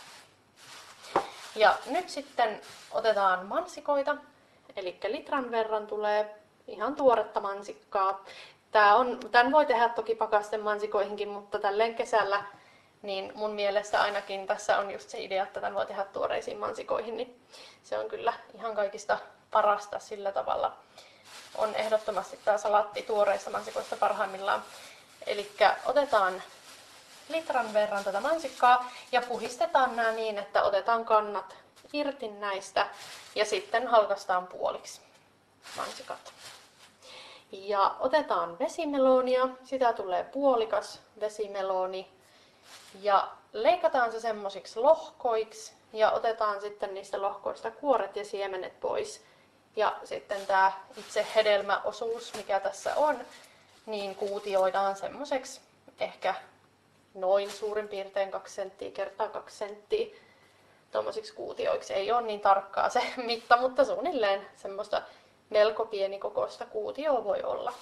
Ja nyt sitten otetaan mansikoita, eli litran verran tulee ihan tuoretta mansikkaa. Tän voi tehdä toki pakasten mansikoihinkin, mutta tälleen kesällä niin mun mielestä ainakin tässä on just se idea, että tämän voi tehdä tuoreisiin mansikoihin, niin se on kyllä ihan kaikista parasta sillä tavalla. On ehdottomasti tämä salaatti tuoreista mansikoista parhaimmillaan. Eli otetaan litran verran tätä mansikkaa ja puhistetaan nämä niin, että otetaan kannat irti näistä ja sitten halkaistaan puoliksi mansikat. Ja otetaan vesimeloonia, sitä tulee puolikas vesimelooni ja leikataan se semmosiksi lohkoiksi ja otetaan sitten niistä lohkoista kuoret ja siemenet pois. Ja sitten tämä itse hedelmäosuus, mikä tässä on, niin kuutioidaan semmoiseksi ehkä noin suurin piirtein 2 senttiä kertaa 2 senttiä tuommoisiksi kuutioiksi. Ei ole niin tarkkaa se mitta, mutta suunnilleen semmoista melko pienikokoista kuutioa voi olla.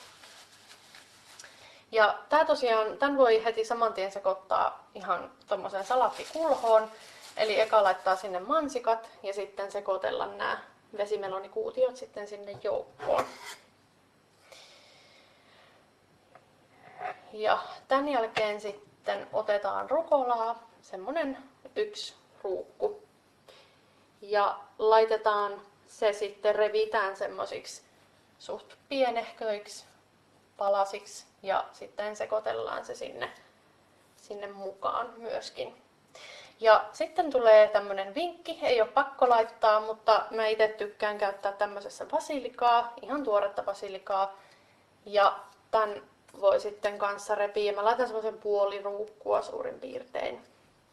Ja tämän voi heti saman tien sekoittaa ihan tommoseen salaattikulhoon. Eli eka laittaa sinne mansikat ja sitten sekoitella nämä vesimelonikuutiot sitten sinne joukkoon. Ja tämän jälkeen sitten otetaan rukolaa, semmonen 1 ruukku. Ja laitetaan se sitten, revitään semmosiksi suht pienehköiksi palasiksi ja sitten sekoitellaan se sinne mukaan myöskin. Ja sitten tulee tämmönen vinkki, ei ole pakko laittaa, mutta mä itse tykkään käyttää tämmöisessä basilikaa, ihan tuoretta basilikaa. Ja tän voi sitten kanssa repiä. Mä laitan semmoisen puoli ruukkua suurin piirtein.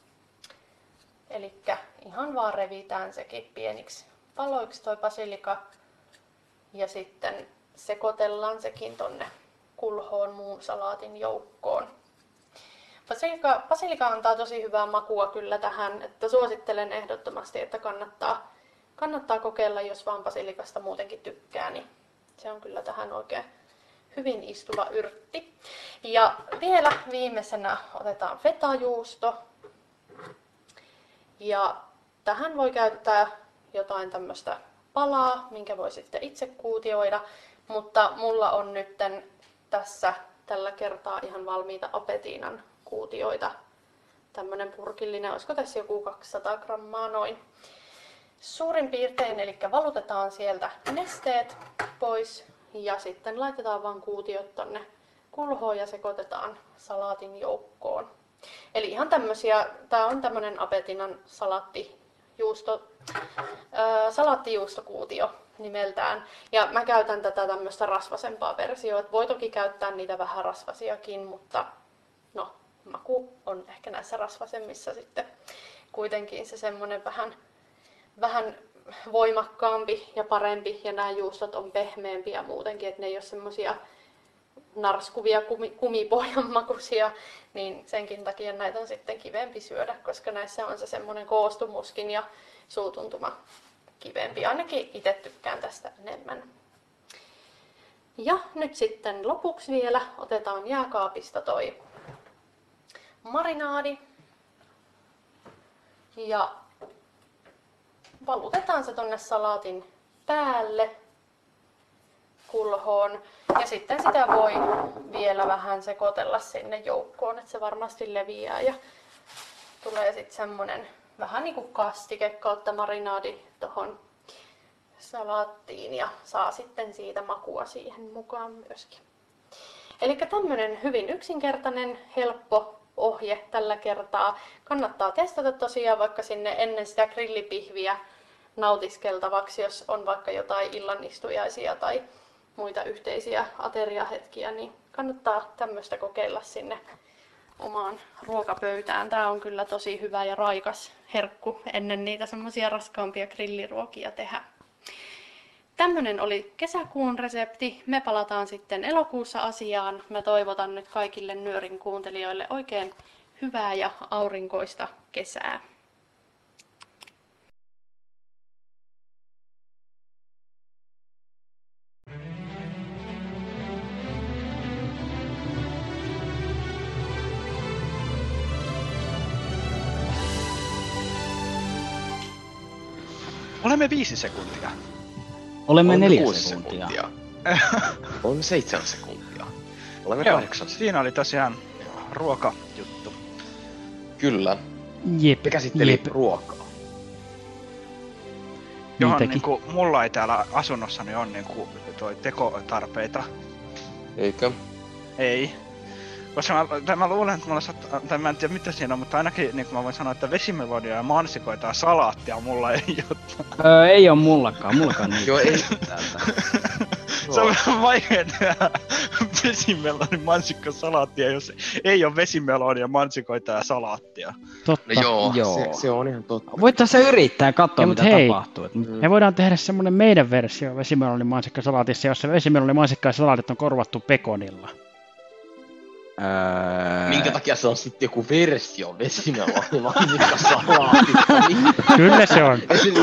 Elikkä ihan vaan revitään sekin pieniksi paloiksi toi basilika. Ja sitten sekoitellaan sekin tonne kulhoon muun salaatin joukkoon. Basilika antaa tosi hyvää makua kyllä tähän, että suosittelen ehdottomasti, että kannattaa kokeilla, jos vaan basilikasta muutenkin tykkää, niin se on kyllä tähän oikein hyvin istuva yrtti. Ja vielä viimeisenä otetaan fetajuusto. Ja tähän voi käyttää jotain tämmöistä palaa, minkä voi sitten itse kuutioida, mutta mulla on nytten tässä tällä kertaa ihan valmiita apetiinan kuutioita. Tämmönen purkillinen, olisiko tässä joku 200 grammaa noin. Suurin piirtein, eli valutetaan sieltä nesteet pois ja sitten laitetaan vaan kuutiot tonne kulhoon ja sekoitetaan salaatin joukkoon. Eli ihan tämmösiä, tää on tämmönen apetiinan salaattijuustokuutio nimeltään. Ja mä käytän tätä tämmöistä rasvasempaa versioa. Voi toki käyttää niitä vähän rasvasiakin, mutta no, maku on ehkä näissä rasvasemmissa sitten kuitenkin se semmonen vähän voimakkaampi ja parempi. Ja nämä juustot on pehmeämpiä muutenkin, että ne ei ole semmosia narskuvia kumipohjan makuisia, niin senkin takia näitä on sitten kivempi syödä, koska näissä on se semmoinen koostumuskin ja suutuntuma kivempi. Ainakin itse tykkään tästä enemmän. Ja nyt sitten lopuksi vielä otetaan jääkaapista toi marinaadi ja valutetaan se tonne salaatin päälle kulhoon ja sitten sitä voi vielä vähän sekoitella sinne joukkoon, että se varmasti leviää ja tulee sitten semmonen vähän niinku kastike kautta marinaadi tohon salaattiin ja saa sitten siitä makua siihen mukaan myöskin. Eli tämmönen hyvin yksinkertainen, helppo ohje tällä kertaa. Kannattaa testata tosiaan vaikka sinne ennen sitä grillipihviä nautiskeltavaksi, jos on vaikka jotain illanistujaisia tai muita yhteisiä ateriahetkiä, niin kannattaa tämmöistä kokeilla sinne omaan ruokapöytään. Tää on kyllä tosi hyvä ja raikas herkku ennen niitä semmoisia raskaampia grilliruokia tehdä. Tämmönen oli kesäkuun resepti. Me palataan sitten elokuussa asiaan. Mä toivotan nyt kaikille Nyörin kuuntelijoille oikein hyvää ja aurinkoista kesää. Olemme 5 sekuntia. Olemme 4 sekuntia. On 7 sekuntia. Olemme 8 sekuntia. Siinä oli tosiaan ruokajuttu. Kyllä. Jep. Se käsitteli ruokaa. Johon niinku, mulla ei täällä asunnossani on niinku toi tekotarpeita. Eikö? Ei. Koska mä luulen, että mulla tai mä en tiedä mitä siinä on, mutta ainakin niin mä voin sanoa, että vesimelodia ja mansikoita ja salaattia mulla ei ole. Ei oo mullakaan niitä. Joo, ei täältä. Se on vähän vaikea tehdä vesimelodia, mansikko, salaattia, jos ei oo vesimelodia, mansikoita ja salaattia. Totta. No joo. Se on ihan totta. Voittais se yrittää katsoa, mitä tapahtuu. Me voidaan tehdä semmonen meidän versio vesimelonin mansikka salaatissa, jossa vesimelonin mansikka ja salaatit on korvattu pekonilla. Minkä takia se on sitten joku versio vesimelonin mansikka salaatista? Kyllä se on.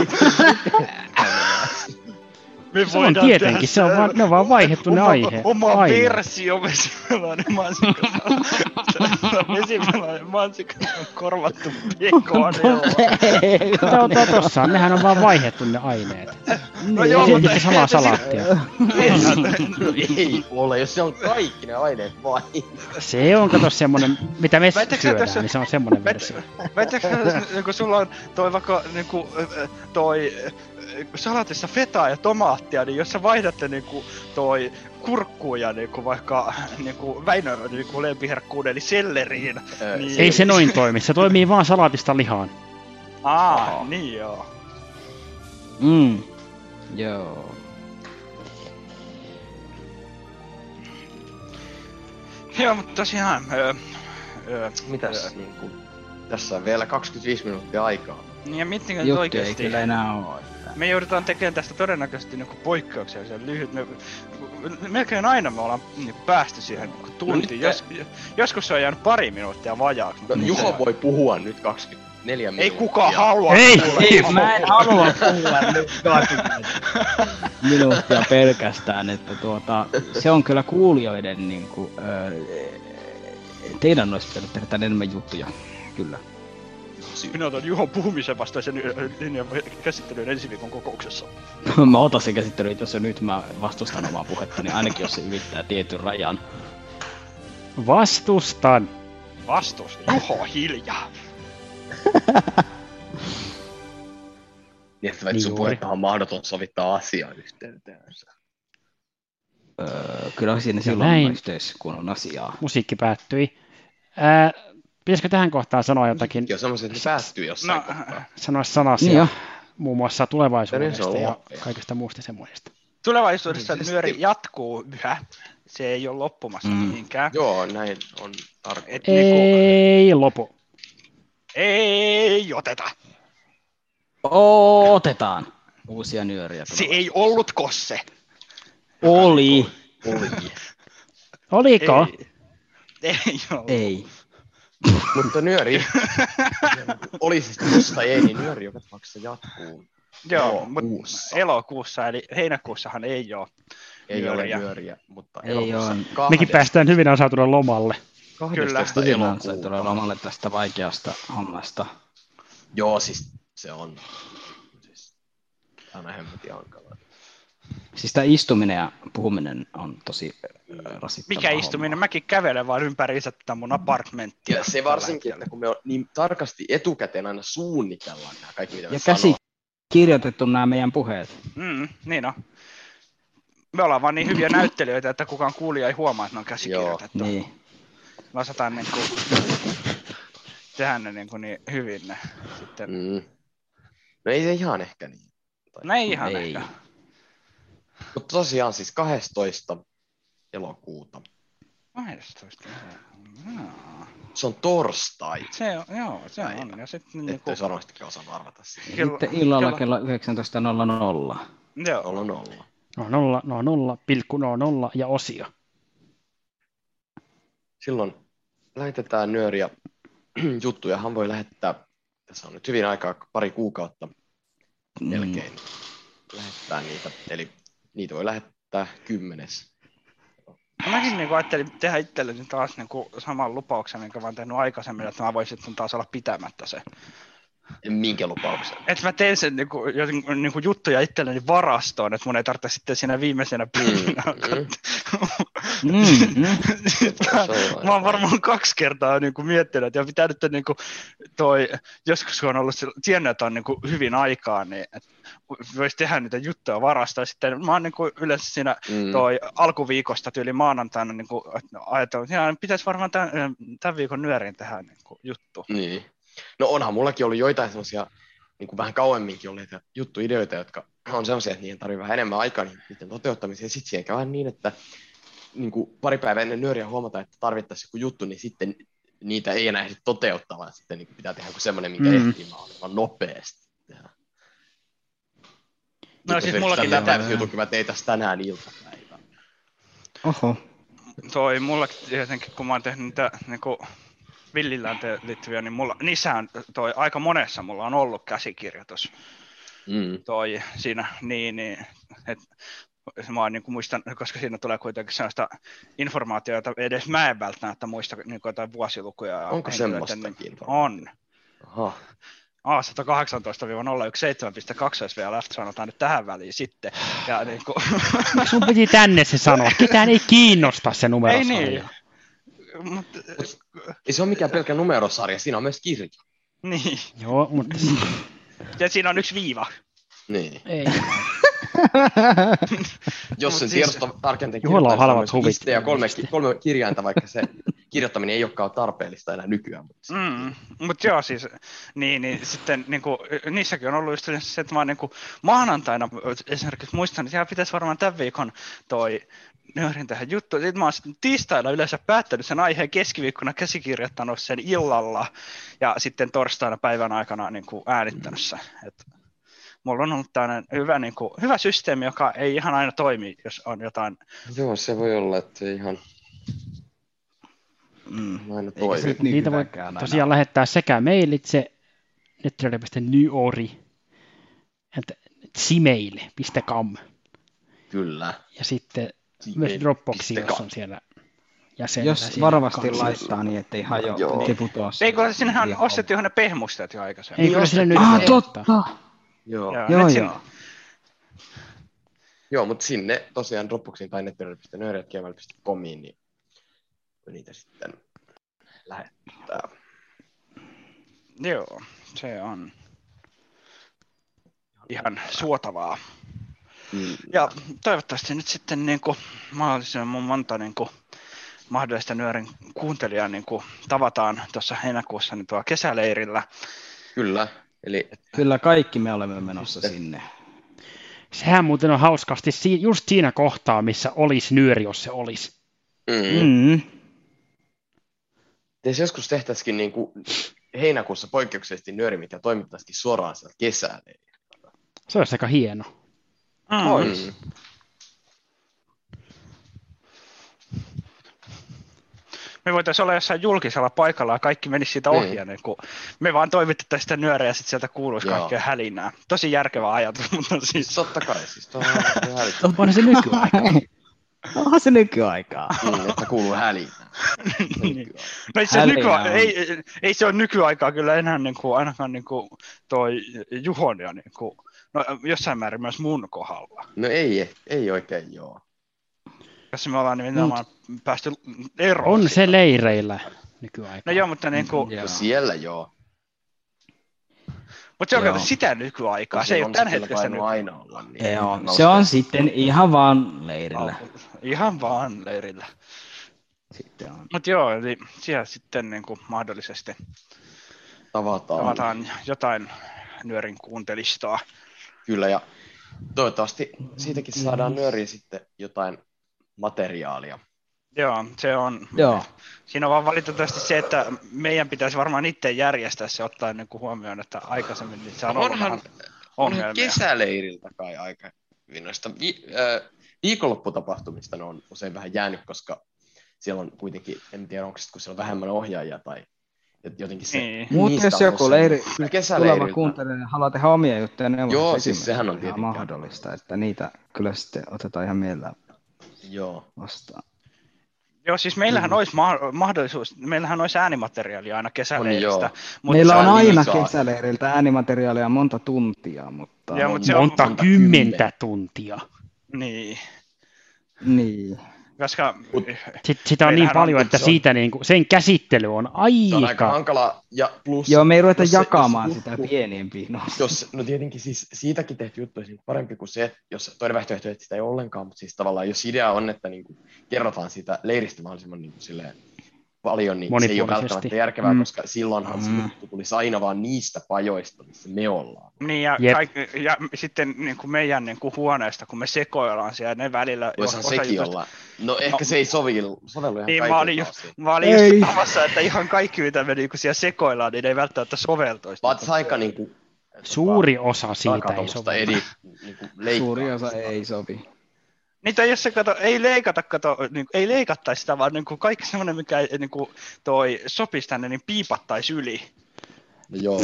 Se on tietenkin, ne on vaan vaihdettu ne aiheet. Oma versio vesimelonin mansikka salaatista. Vesimelonin mansikka on korvattu pekonilla. Tossa, nehän on vaan vaihdettu ne aineet. No joo, mutta se samaa salaattia. Ei ole, jos se on kaikki ne aineet vaihdettu. Se on, kato semmonen, mitä me syödään, niin se on semmonen versio. Väitätkö, kun sulla on toi vaikka niinku toi salaatissa fetaa ja tomaattia, niin jos sä vaihdatte niinku toi kurkkuun ja niinku vaikka niinku Väinön niinku lempiherkkuun eli selleriin, niin... Ei se noin toimi, se toimii vaan salaatista lihaan. Niin joo. Joo. Joo, mutta tosiaan... Mitäs niinku... Tässä on vielä 25 minuuttia aikaa. Niin ja mitkä juttu oikeesti... ei kyllä enää oo. Me joudutaan tekemään tästä todennäköisesti niinku poikkeuksellisen lyhyt. Melkein aina me ollaan niinku päästy siihen niinku tuntiin. Joskus se on jäänyt pari minuuttia vajaaksi. No, Juho voi puhua nyt 24 minuuttia. Ei kukaan halua puhua. Mä en halua puhua nyt 20 minuuttia pelkästään. Että se on kyllä kuulijoiden niinku... teidän olisi pitänyt tehdä tän enemmän juttuja. Kyllä. Minä otan Juhon puhumisen vastaisen linjan käsittelyyn ensi viikon kokouksessa. Mä otan sen käsittelyyn, jos nyt mä vastustan omaa puhetta, niin ainakin jos se ylittää tietyn rajan. Vastustan! Juho, hiljaa! Niin, että sun puhetta on mahdoton sovittaa asiaa yhteyteensä. Kyllä siinä silloin on yhteys, kun on asiaa. Musiikki päättyi. Pitäisikö tähän kohtaan sanoa jotakin? Joo, semmoiset, että päättyy jossain kohtaa. Sanoa sanasia muun muassa tulevaisuudesta ja kaikesta muusta semmoisesta. Tulevaisuudessa nyöri jatkuu yhä. Se ei ole loppumassa mihinkään. Joo, näin on tarkoitus. Ei lopu. Ei oteta. Otetaan uusia nyöriä. Se ei ollutko se? Oli. Oliko? Ei ollut. Ei. Mutta nyöri, oli se tosta ei, niin nyöri joka tapauksessa jatkuu. Joo, mutta elokuussa, eli heinäkuussahan ei ole nyöriä, mutta elokuussa. Mekin päästään hyvin ansautuneelle lomalle. 12. Hyvin ansautuneelle lomalle tästä vaikeasta hommasta. Joo, siis se on aina hemmetin hankalaa. Siis tämä istuminen ja puhuminen on tosi rasittavaa. Mikä istuminen? Hommaa. Mäkin kävelen vaan ympäriinsä tätä mun apartmenttia. Ja se varsinkin, että kun me on niin tarkasti etukäteen aina suunnitellaan nämä kaikki, mitä me ja sanoo. käsikirjoitettu nämä meidän puheet. Niin on. Me ollaan vaan niin hyviä näyttelijöitä, että kukaan kuulija ei huomaa, että ne on käsikirjoitettu. Joo, niin. Me osataan niinku tehdä ne niin hyvin ne sitten. No ei se ihan ehkä niin. No ei ihan ehkä. Mutta tosiaan siis 12. elokuuta. 12. Se on torstai. Se on. Ja sitten ettei sanoistikin osannut arvata sitä. Sitten illalla kello 19.00. Joo. 0,00 ja osio. Silloin lähetetään nyöriä. Juttujahan voi lähettää, tässä on nyt hyvin aikaa, pari kuukautta melkein lähettää niitä. Eli niitä voi lähettää 10. Mäkin niin ajattelin tehdä itselleni taas niin saman lupauksen, minkä mä oon tehnyt aikaisemmin, että mä voisin taas olla pitämättä se. Minkä lupauksen? Että mä teen sen niinku juttuja itselleni varastoon, että mun ei tarvitse sitten siinä viimeisenä päivänä. Mä oon varmaan 2 kertaa niinku miettinyt, että pitää nyt niinku joskus kun on ollut tiennyt, että on niinku hyvin aikaa, niin voisi tehdä niitä juttuja varastoon. Sitten mä oon niinku yleensä siinä alkuviikosta tyyli maanantaina niinku ajatellut, että pitäisi varmaan tämän viikon nyörin tehdä niinku juttu. Niin. No onhan mullakin ollut joitain semmoisia niin vähän kauemminkin olleita juttuideoita, jotka on semmoisia, että niihin tarvii vähän enemmän aikaa niiden toteuttamiseen. Sitten siihen käy niin, että niin kuin pari päivää ennen nyöriä huomataan, että tarvittaisiin joku juttu, niin sitten niitä ei enää ehdi toteuttaa, vaan sitten niin pitää tehdä semmoinen, minkä ehtii mahdollisimman nopeasti tehdä. No siis mullakin tätä jutukin mä tein tässä tänään iltapäivänä. Oho. Mullakin jotenkin, kun mä oon tehnyt niitä niinku Villilänteen liittyviä, niin niissähän aika monessa mulla on ollut käsikirjoitus. Siinä, niin että mä niin muistan, koska siinä tulee kuitenkin sellaista informaatiota, jota edes mä en välttämättä muista niin jotain vuosilukuja. Onko semmoistakin? Niin, on. Aha. A118-017.2 olisi vielä sanotaan nyt tähän väliin sitten. Ja niin kuin... Sun piti tänne se sanoa. Ketään ei kiinnosta se numerosarja. Ei niin. Ei se ole mikään pelkkä numerosarja, siinä on myös kirja. Niin. Joo, mutta... Ja siinä on 1 viiva. Niin. Ei. Jos sen tiedosta tarkemmin Juholla on halvat huvit. Ja 3 kirjainta, vaikka se kirjoittaminen ei olekaan tarpeellista enää nykyään. Mutta joo, siis niin sitten niinku, niissäkin on ollut just se, että mä niinku, maanantaina esimerkiksi muistan, että pitäisi varmaan tämän viikon nyörin tähän juttuun. Sitten mä oon tiistaina yleensä päättänyt sen aiheen, keskiviikkona käsikirjoittanut sen illalla ja sitten torstaina päivän aikana niinku äänittänyt sen. Mulla on ollut tämmöinen hyvä systeemi, joka ei ihan aina toimi, jos on jotain... Joo, se voi olla, että ei ihan aina toimi. Niitä voi tosiaan lähettää sekä mailitse netradi.nyori @gmail.com. Kyllä. Ja sitten myös Dropboxiin, jos on siellä jäsenellä. Jos varovasti laittaa niin, ettei hajoa, ettei putoa. Eikö sinnehän ostettiin ne pehmustet jo aikaisemmin? Ei, kyllä sinne nyt totta! Joo. Joo, mutta sinne tosiaan Dropboxiin tai netradi.nyöri@gmail.comiin, niin niitä sitten lähettää. Joo, se on ihan suotavaa. Ja toivottavasti nyt sitten niinku mahdollisimman monta niinku mahdollista nyörin kuuntelijaa niinku tavataan tuossa heinäkuussa niin tuolla kesäleirillä. Kyllä. Eli kyllä kaikki me olemme menossa sinne. Sehän muuten on hauskasti just siinä kohtaa, missä olisi nyöri, jos se olisi. Se joskus tehtäisikin niin kuin heinäkuussa poikkeuksellisesti nyöri, mikä toimittaisikin suoraan sieltä kesäleirillä. Se olisi aika hieno. Me voitaisiin olla jossain julkisella paikalla ja kaikki menisi siitä ohi, niin kun me vaan toimitettaisiin sitä nyöreä ja sitten sieltä kuuluisi kaikkea hälinää. Tosi järkevä ajatus, mutta siis... Totta kai, siis onhan se nykyaika. Onhan se nykyaikaa. Että kuuluu hälinää. No ei se ole nykyaikaa kyllä enää niin kuin, ainakaan niin kuin toi Juhon ja niin kuin, no jossain määrin myös mun kohdalla. No ei oikein joo. Tässä me ollaan nimenomaan päästy eroon. On se leireillä nykyaikaa. No joo, mutta niin kuin... No siellä joo. Mutta se on kato sitä nykyaikaa, se ei ole tämän hetkessä nykyaikaa. Niin se on sitten ihan vaan leirillä. Ihan vaan leirillä. Mutta joo, eli siellä sitten niin kuin mahdollisesti tavataan jotain nyörin kuuntelistoa. Kyllä, ja toivottavasti siitäkin saadaan nyöriin sitten jotain materiaalia. Joo, se on. Joo. Siinä on vaan valitettavasti se, että meidän pitäisi varmaan itse järjestää se ottaen niin huomioon, että aikaisemmin niin se on ollut ongelmia. Kesäleiriltä kai aika noista viikonlopputapahtumista ne on usein vähän jäänyt, koska siellä on kuitenkin, en tiedä onko se, kun siellä on vähemmän ohjaajia tai jotenkin se. Niin. Mutta jos joku leiri tuleva kuuntelee ja haluaa tehdä omia juttuja, ne joo, siis sehän on tietenkin mahdollista, että niitä kyllä sitten otetaan ihan mielellään vastaan. Joo, siis meillähän olisi mahdollisuus, meillähän olisi äänimateriaalia aina kesäleiristä. Meillä on aina kesäleiriltä äänimateriaalia monta tuntia, mutta... Ja, mutta monta kymmentä tuntia. Niin. Koska sitä on niin paljon, että siitä niinku, sen käsittely on aika... Se on aika hankala, ja plus... Joo, me ei ruveta jakamaan sitä pieniimpiin. No tietenkin siis siitäkin tehty juttu olisi parempi kuin se, jos toinen vaihtoehto, että sitä ei ollenkaan, mutta siis tavallaan jos idea on, että niinku kerrotaan siitä leiristä mahdollisimman niinku silleen paljon, niin se ei ole välttämättä järkevää, koska silloinhan se juttu tulisi aina vaan niistä pajoista, missä me ollaan. Niin, ja sitten niin kuin meidän niin kuin huoneesta, kun me sekoillaan siellä, ne välillä... Voisihan sekin olla. No ehkä se ei sovellu ihan niin, mä olin just tavassa, että ihan kaikki, mitä me niin kuin siellä sekoillaan, niin ei välttämättä soveltuisi. Vaan aika niin kuin... Suuri osa siitä ei sovi. Niin suuri osa ei sovi. Niitä jos se ei leikattaisi sitä, vaan niin kuin kaikki semmoinen, mikä niin kuin sopisi tänne, niin piipattaisi yli. Joo.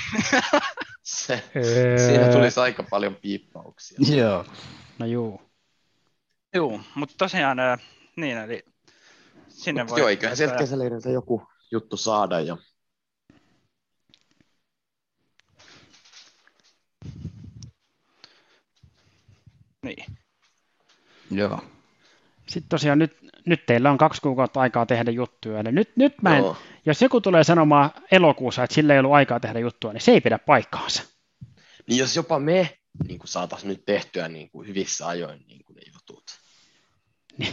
Siinä tulisi aika paljon piippauksia. Joo. No juu. Joo, mutta tosiaan niin, eli sinne voi... Joo, eiköhän sieltä kesäleiriltä joku juttu saada ja... Niin. Joo. Sitten tosiaan nyt teillä on 2 kuukautta aikaa tehdä juttuja. Nyt mä en, jos joku tulee sanomaan elokuussa, että sillä ei ollut aikaa tehdä juttua, niin se ei pidä paikkaansa. Niin jos jopa me niin saataisiin nyt tehtyä niin kuin hyvissä ajoin niin kuin ne jutut. Niin.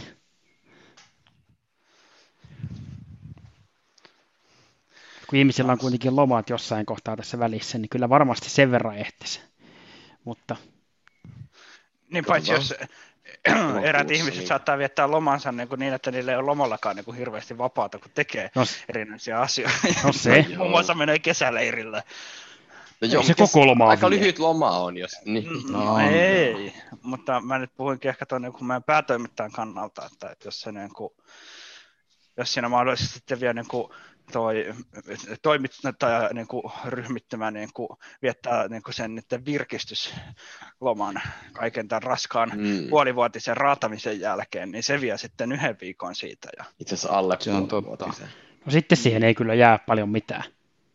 Kun ihmisillä on kuitenkin lomat jossain kohtaa tässä välissä, niin kyllä varmasti sen verran ehtisi. Mutta... Niin paitsi jos eräät ihmiset saattaa viettää lomansa niin, että niillä ei ole lomallakaan niin hirveästi vapaata, kun tekee erinäisiä asioita. No se. Muun muassa menee kesäleirille. No joo, se koko loma aika lyhyt loma on, jos... Niin. No ei, mutta mä nyt puhuinkin ehkä tuon niin meidän päätoimittajan kannalta, että jos se niin kuin, jos siinä mahdollisesti sitten vielä niin kuin toimittaja niin kuin ryhmittymä niin kuin viettää niin kuin sen virkistysloman kaiken tämän raskaan puolivuotisen raatamisen jälkeen, niin se vie sitten 1 viikon siitä. Ja... Itse asiassa alle se on totta. No sitten siihen ei kyllä jää paljon mitään.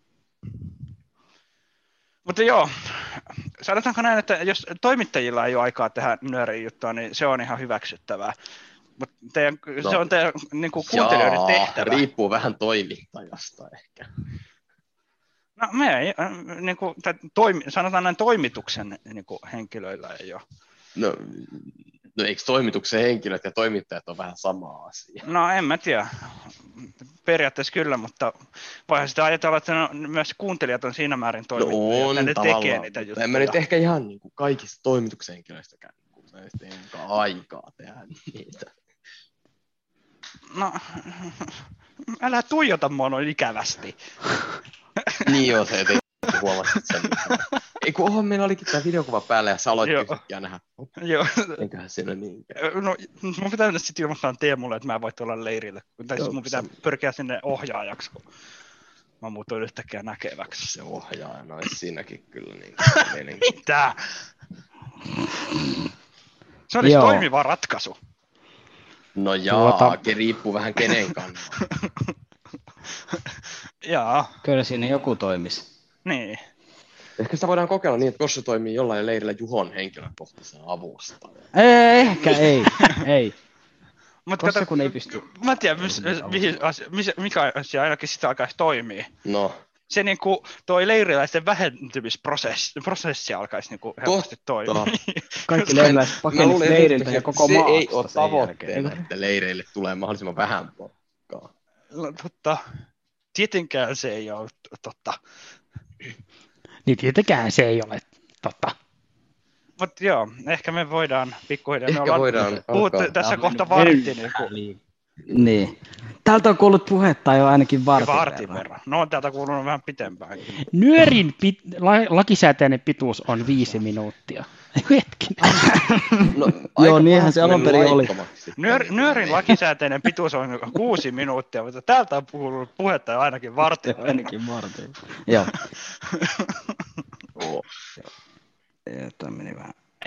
Mutta joo, sanotaanko näin, että jos toimittajilla ei ole aikaa tehdä nyörin juttua, niin se on ihan hyväksyttävää. Mutta se on teidän niin kuin kuuntelijoiden tehtävä. Riippuu vähän toimittajasta ehkä. No me ei, niin kuin, sanotaan näin toimituksen niin kuin henkilöillä ei ole. No eikö toimituksen henkilöt ja toimittajat ole vähän sama asia? No en mä tiedä. Periaatteessa kyllä, mutta voihan sitä ajatella, että myös kuuntelijat on siinä määrin toimittajia, että ne tekee niitä juttuja. En mä nyt ehkä ihan niin kuin kaikista toimituksen henkilöistäkään, kun mä ei aikaa tehdä niitä. No, älä tuijota mua noin ikävästi. Niin joo, se ei huomasit sen. Ei kun meillä olikin tämä videokuva päällä ja sä aloit yhtäkkiä nähdä. Joo. Eiköhän siinä niinkään. No, mun pitää mennä sitten ilmoittaa Teemulle, että mä en voi tulla leirille. Tai mun pitää pyrkiä sinne ohjaajaksi, kun mä muutuin yhtäkkiä näkeväksi. Se ohjaajana olisi siinäkin kyllä niin. Mitä? Se olisi toimiva ratkaisu. No riippuu vähän kenen kannalta. Jaa. Kyllä siinä joku toimisi. Niin. Ehkä sitä voidaan kokeilla niin, että Kossa toimii jollain leirillä Juhon henkilökohtaisen avusta. Ehkä ei. Kossa kun ei pysty. Mä tiedän, mikä asia ainakin sitä alkaisi toimii. No. Se niinku toi leiriläisten vähentymisprosessi alkaisi niinku helposti toimia. Kaikki leiriläiset pakenisi leiriltä ja koko maasta. Se ei ole tavoitteena, että leireille tulee mahdollisimman vähän porukkaa. No totta. Tietenkään se ei ole totta. Niin tietenkään se ei ole totta. Mutta joo, ehkä me voidaan pikkuhiljaa. Me ollaan puhuttu tässä kohta vartti. Niin. Täältä on kuullut puhetta jo ainakin vartin verran. No on täältä kuulunut vähän pitempäänkin. Nyörin lakisääteinen pituus on 5 minuuttia. Hetken. Joo, niinhän se alun perin oli. Nyörin lakisääteinen pituus on 6 minuuttia, mutta täältä on kuulunut puhetta jo ainakin vartin. Ainakin vartin. Joo. Tämä meni vähän.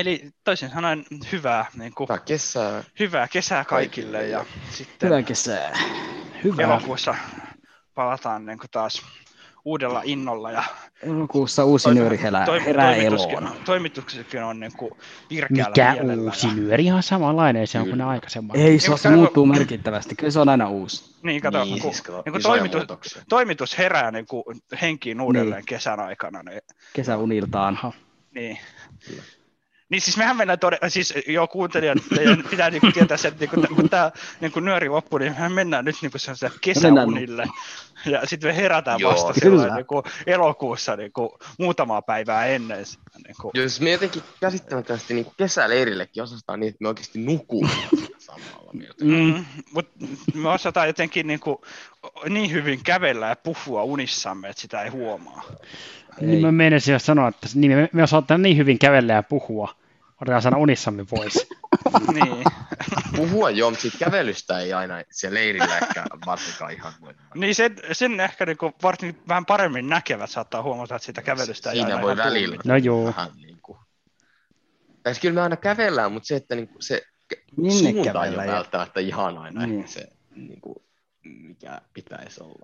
Eli toisin sanoen hyvää kesää kaikille ja sitten hyvää kesää. Elokuussa palataan niin kuin taas uudella innolla. Ja elokuussa uusi nyöri herää eloon. Toimituksetkin on niin kuin virkeällä mikä mielellä. Uusi nyöri? Ihan samanlainen se on kuin ne aikaisemmat. Ei, se muuttuu merkittävästi. Kyllä se on aina uusi. Niin, kato, niin, toimitus herää niin kuin henkiin uudelleen kesän aikana. Niin. Kesäuniltaan. Niin. Niin siis mehän mennään siis joo kuuntelijat, teidän pitää niinku tietää se, että kun tämä niinku nyöri loppuu, niin mehän mennään nyt niinku sellaiselle kesäunille. Ja sitten me herätään vasta sellainen niinku elokuussa niinku muutamaa päivää ennen. Niinku. Jos me jotenkin käsittämättömästi niinku kesäleirillekin osataan niin, että me oikeasti nukumme samalla. Mutta me osataan jotenkin niinku niin hyvin kävellä ja puhua unissamme, että sitä ei huomaa. Niin mä meinasin jo sanoa, että niin me osataan niin hyvin kävellä ja puhua. Otetaan sana unissamme pois. Niin. Puhua joo, mutta siitä kävelystä ei aina siellä leirillä ehkä varsinkaan ihan. Niin sen ehkä niinku varsinkin vähän paremmin näkevät saattaa huomata, että sitä kävelystä ei aina siinä voi välillä. No joo. Vähän niinku. Tai kyllä me aina kävellään, mutta se, että niinku se suunta ei ole välttämättä ihan aina ehkä se, niinku, mikä pitäisi olla.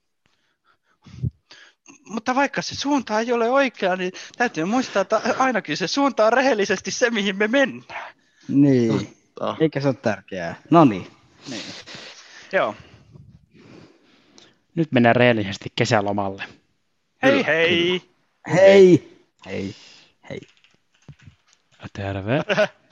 Mutta vaikka se suunta ei ole oikea, niin täytyy muistaa, että ainakin se suunta on rehellisesti se, mihin me mennään. Niin, eikä se ole tärkeää. Noniin. Niin. Joo. Nyt mennään rehellisesti kesälomalle. Hei hei! Hei! Hei! Hei! Terve!